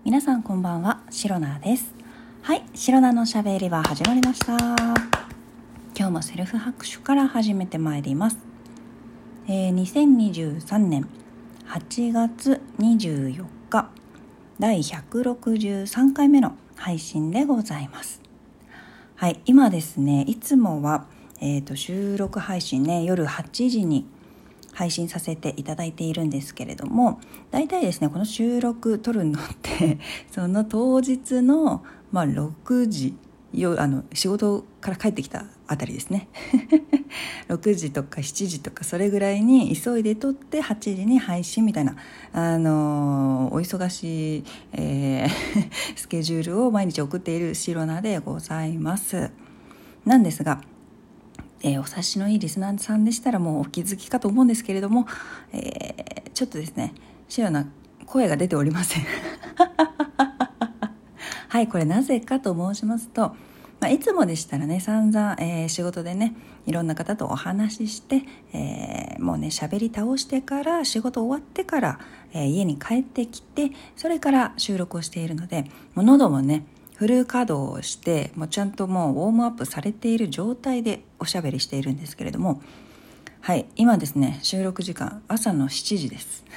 皆さんこんばんは、シロナです。はい、シロナのしゃべりは始まりました。今日もセルフ拍手から始めてまいります。2023年8月24日第163回目の配信でございます。はい、今ですね、いつもは、収録配信ね、夜8時に配信させていただいているんですけれども、だいたいですね、この収録撮るのってその当日の、6時仕事から帰ってきたあたりですね6時とか7時とかそれぐらいに急いで撮って8時に配信みたいな、お忙しい、スケジュールを毎日送っているシロナでございます。なんですが、お察しのいいリスナーさんでしたらもうお気づきかと思うんですけれども、ちょっとですね、シロナ声が出ておりませんはい、これなぜかと申しますと、いつもでしたらね、散々、仕事でね、いろんな方とお話しして、もうね、喋り倒してから仕事終わってから、家に帰ってきて、それから収録をしているので、もう喉もねフル稼働をして、もうちゃんともうウォームアップされている状態でおしゃべりしているんですけれども、はい、今ですね、収録時間朝の7時です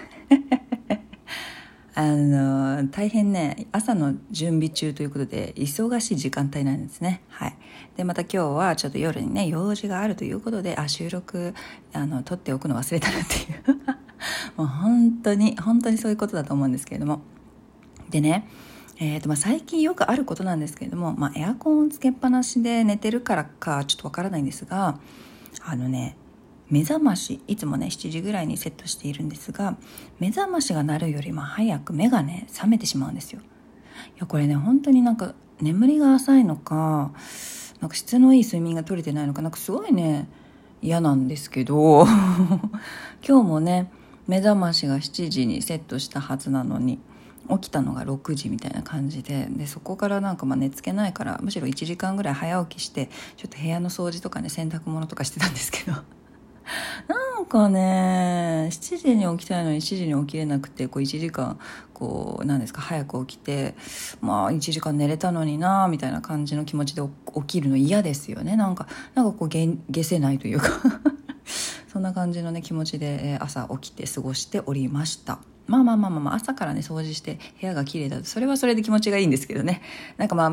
大変ね、朝の準備中ということで忙しい時間帯なんですね。はい。でまた今日はちょっと夜にね用事があるということで、収録撮っておくの忘れたなっていうもう本当にそういうことだと思うんですけれども、でね、最近よくあることなんですけれども、エアコンつけっぱなしで寝てるからかちょっとわからないんですが、目覚ましいつもね7時ぐらいにセットしているんですが、目覚ましが鳴るよりも早く目がね覚めてしまうんですよ。いやこれね、本当になんか眠りが浅いのか、なんか質のいい睡眠が取れてないのか、なんかすごいね嫌なんですけど今日もね目覚ましが7時にセットしたはずなのに起きたのが6時みたいな感じで、そこからなんか寝つけないから、むしろ1時間ぐらい早起きしてちょっと部屋の掃除とかね洗濯物とかしてたんですけどなんかね7時に起きたいのに7時に起きれなくて、1時間何ですか早く起きて、1時間寝れたのになみたいな感じの気持ちで起きるの嫌ですよね。なんか下せないというかそんな感じのね気持ちで朝起きて過ごしておりました。朝からね掃除して部屋が綺麗だとそれはそれで気持ちがいいんですけどね、なんか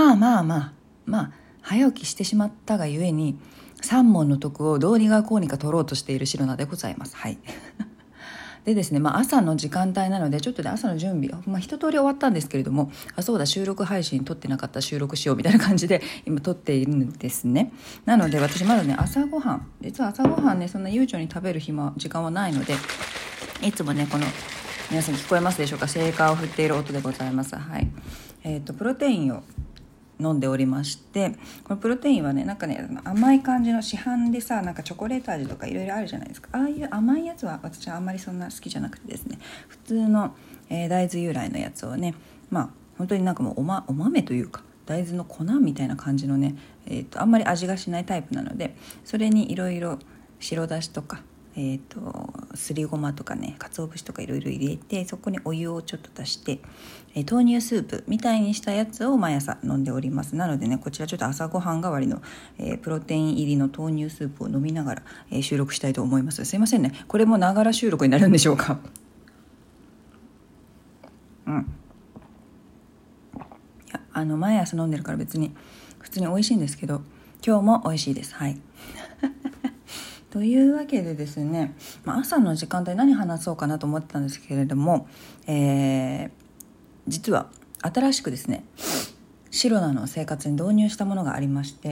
早起きしてしまったがゆえに3問の徳をどうにかこうにか取ろうとしているシロナでございます。はいでですね、朝の時間帯なのでちょっとね朝の準備、一通り終わったんですけれども、そうだ収録配信撮ってなかった、収録しようみたいな感じで今撮っているんですね。なので私まだね実は朝ごはんねそんな悠長に食べる時間はないので、いつもねこの皆さん聞こえますでしょうか、シェーカーを振っている音でございます。はい。プロテインを飲んでおりまして、このプロテインはねなんかね甘い感じの市販でさ、なんかチョコレート味とかいろいろあるじゃないですか。ああいう甘いやつは私はあんまりそんな好きじゃなくてですね、普通の、大豆由来のやつをね、本当になんかもうお豆というか大豆の粉みたいな感じのね、あんまり味がしないタイプなので、それにいろいろ白だしとかすりごまとかね、鰹節とかいろいろ入れて、そこにお湯をちょっと足して、豆乳スープみたいにしたやつを毎朝飲んでおります。なのでねこちらちょっと朝ごはん代わりの、プロテイン入りの豆乳スープを飲みながら、収録したいと思います。すいませんね、これもながら収録になるんでしょうか。いや毎朝飲んでるから別に普通に美味しいんですけど、今日も美味しいです。はいというわけでですね、朝の時間帯何話そうかなと思ってたんですけれども、実は新しくですねシロナの生活に導入したものがありまして、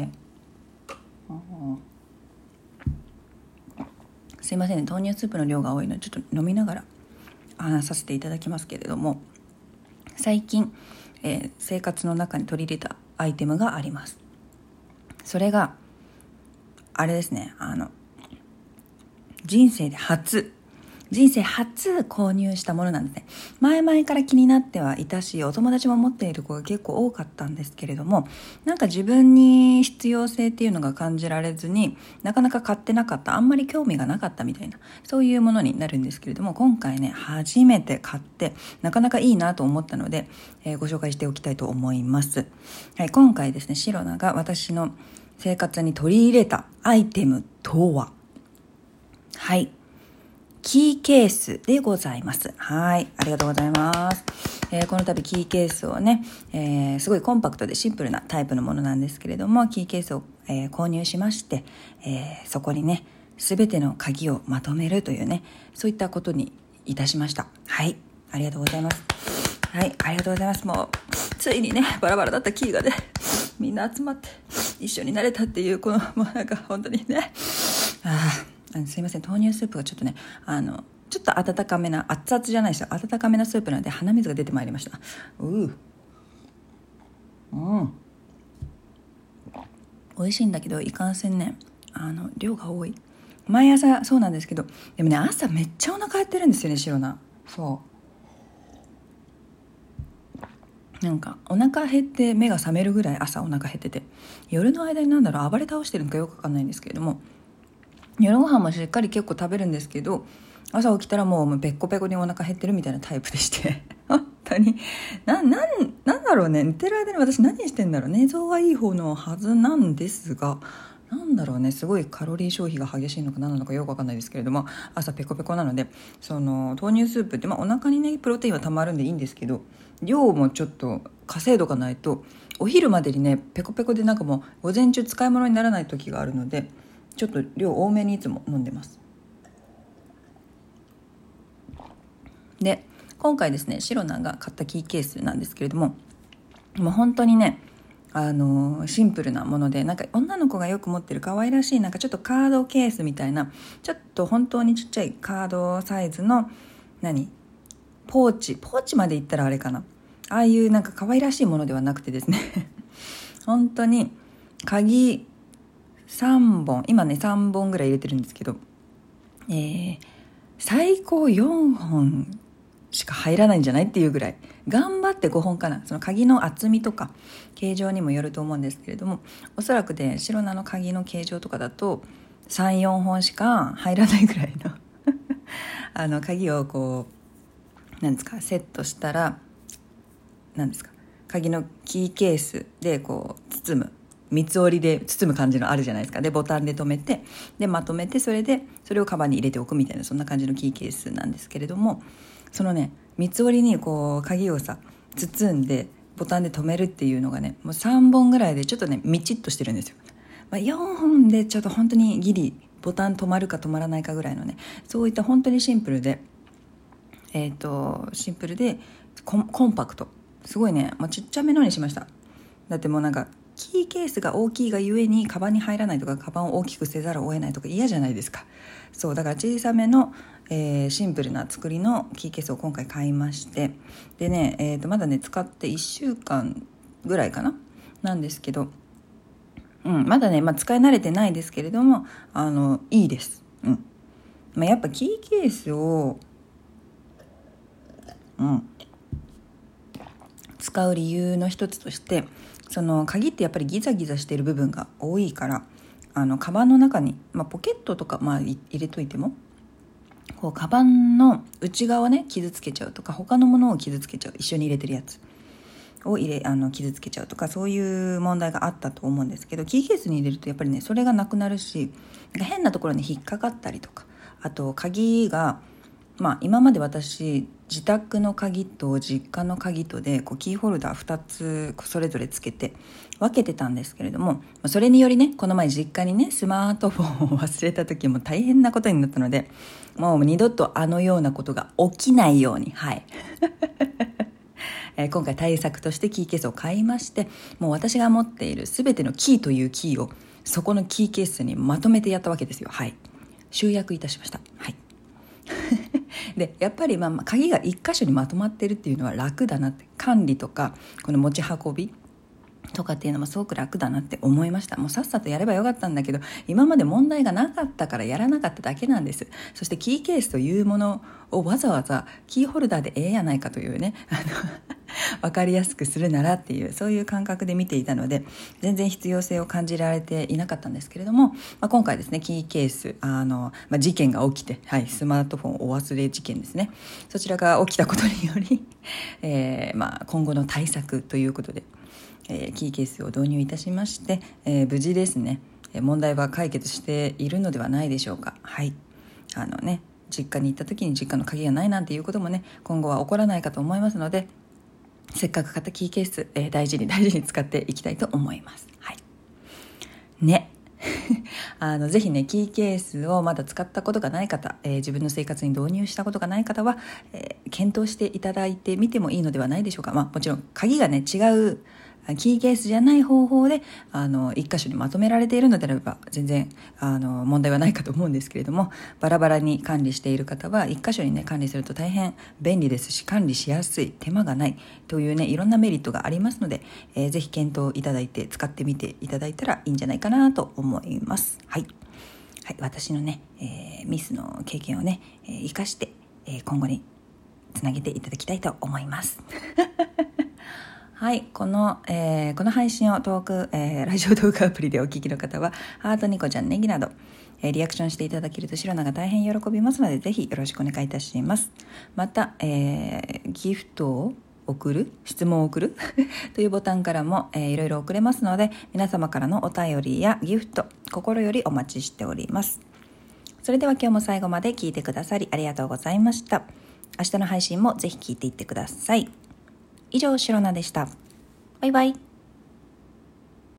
すいませんね、豆乳スープの量が多いのでちょっと飲みながら話させていただきますけれども、最近、生活の中に取り入れたアイテムがあります。それがあれですね、人生で初人生初購入したものなんですね。前々から気になってはいたし、お友達も持っている子が結構多かったんですけれども、なんか自分に必要性っていうのが感じられずに、なかなか買ってなかった、あんまり興味がなかったみたいな、そういうものになるんですけれども、今回ね、初めて買って、なかなかいいなと思ったので、ご紹介しておきたいと思います。はい、今回ですね、シロナが私の生活に取り入れたアイテムとは、はい。キーケースでございます。はい。ありがとうございます。この度キーケースをね、すごいコンパクトでシンプルなタイプのものなんですけれども、キーケースを、購入しまして、そこにね、すべての鍵をまとめるというね、そういったことにいたしました。はい。ありがとうございます。はい。ありがとうございます。もう、ついにね、バラバラだったキーがね、みんな集まって一緒になれたっていう、この、もうなんか本当にね、すいません、豆乳スープがちょっとね、ちょっと温かめな、熱々じゃないですよ、温かめなスープなので鼻水が出てまいりました。美味しいんだけど、いかんせんね、量が多い。毎朝そうなんですけど、でもね、朝めっちゃお腹減ってるんですよね、シロナ。なんかお腹減って目が覚めるぐらい朝お腹減ってて、夜の間に暴れ倒してるのかよくわかんないんですけれども、夜ご飯もしっかり結構食べるんですけど、朝起きたらもうペッコペコにお腹減ってるみたいなタイプでして本当になんだろうね、寝てる間に私何してんだろう。寝相はいい方のはずなんですが、なんだろうね、すごいカロリー消費が激しいのか何なのかよくわかんないですけれども、朝ペコペコなので、その豆乳スープって、お腹にねプロテインはたまるんでいいんですけど、量もちょっと稼いどかないとお昼までにねペコペコで、なんかもう午前中使い物にならない時があるので、ちょっと量多めにいつも飲んでます。で、今回ですね、シロナが買ったキーケースなんですけれども、もう本当にね、シンプルなもので、なんか女の子がよく持ってる可愛らしい、なんかちょっとカードケースみたいな、ちょっと本当にちっちゃいカードサイズのポーチまでいったらあれかな、ああいうなんか可愛らしいものではなくてですね本当に鍵3本、今ね3本ぐらい入れてるんですけど、最高4本しか入らないんじゃないっていうぐらい、頑張って5本かな。その鍵の厚みとか形状にもよると思うんですけれども、おそらくで白菜の鍵の形状とかだと 3,4 本しか入らないぐらいの鍵をこうなんですか、セットしたら、なんですか、鍵のキーケースでこう包む、三つ折りで包む感じのあるじゃないですか。でボタンで留めて、でまとめて、それをカバンに入れておくみたいな、そんな感じのキーケースなんですけれども、そのね三つ折りにこう鍵を包んでボタンで留めるっていうのがね、もう3本ぐらいでちょっとねみちっとしてるんですよ。4本でちょっと本当にギリボタン止まるか止まらないかぐらいのね、そういった本当にシンプルでシンプルでコンパクト、すごいね、ちっちゃめのにしました。だってもうなんかキーケースが大きいがゆえにカバンに入らないとか、カバンを大きくせざるを得ないとか嫌じゃないですか。そうだから小さめの、シンプルな作りのキーケースを今回買いまして、でね、まだね使って1週間ぐらいかななんですけど、まだね、使い慣れてないですけれども、いいです。やっぱキーケースを使う理由の一つとして、その鍵ってやっぱりギザギザしている部分が多いから、カバンの中に、ポケットとか、入れといてもこうカバンの内側ね傷つけちゃうとか、他のものを傷つけちゃう、一緒に入れてるやつを傷つけちゃうとか、そういう問題があったと思うんですけど、キーケースに入れるとやっぱりねそれがなくなるし、変なところに引っかかったりとか、あと鍵が今まで私自宅の鍵と実家の鍵とでこうキーホルダー2つそれぞれつけて分けてたんですけれども、それによりねこの前実家にねスマートフォンを忘れた時も大変なことになったので、もう二度とあのようなことが起きないように今回対策としてキーケースを買いまして、もう私が持っている全てのキーというキーをそこのキーケースにまとめてやったわけですよ。集約いたしました。でやっぱり鍵が一箇所にまとまってるっていうのは楽だなって、管理とかこの持ち運びとかっていうのもすごく楽だなって思いました。もうさっさとやればよかったんだけど、今まで問題がなかったからやらなかっただけなんです。そしてキーケースというものをわざわざキーホルダーでやないかというね分かりやすくするならっていう、そういう感覚で見ていたので全然必要性を感じられていなかったんですけれども、今回ですね、キーケース事件が起きて、スマートフォンお忘れ事件ですね、そちらが起きたことにより、今後の対策ということで、キーケースを導入いたしまして、無事ですね、問題は解決しているのではないでしょうか。実家に行った時に実家の鍵がないなんていうこともね、今後は起こらないかと思いますので、せっかく買ったキーケース、大事に使っていきたいと思います。ねぜひね、キーケースをまだ使ったことがない方、自分の生活に導入したことがない方は、検討していただいてみてもいいのではないでしょうか。もちろん鍵がね違うキーケースじゃない方法で一箇所にまとめられているのであれば全然問題はないかと思うんですけれども、バラバラに管理している方は一箇所にね管理すると大変便利ですし、管理しやすい、手間がないというね、いろんなメリットがありますので、ぜひ検討いただいて使ってみていただいたらいいんじゃないかなと思います。私のね、ミスの経験をね、生かして、今後につなげていただきたいと思いますこの配信をラジオ動画アプリでお聞きの方はハート、ニコちゃん、ネギなど、リアクションしていただけるとシロナが大変喜びますので、ぜひよろしくお願いいたします。また、ギフトを送る、質問を送るというボタンからも、いろいろ送れますので、皆様からのお便りやギフト、心よりお待ちしております。それでは今日も最後まで聞いてくださりありがとうございました。明日の配信もぜひ聞いていってください。以上、シロナでした。バイバイ。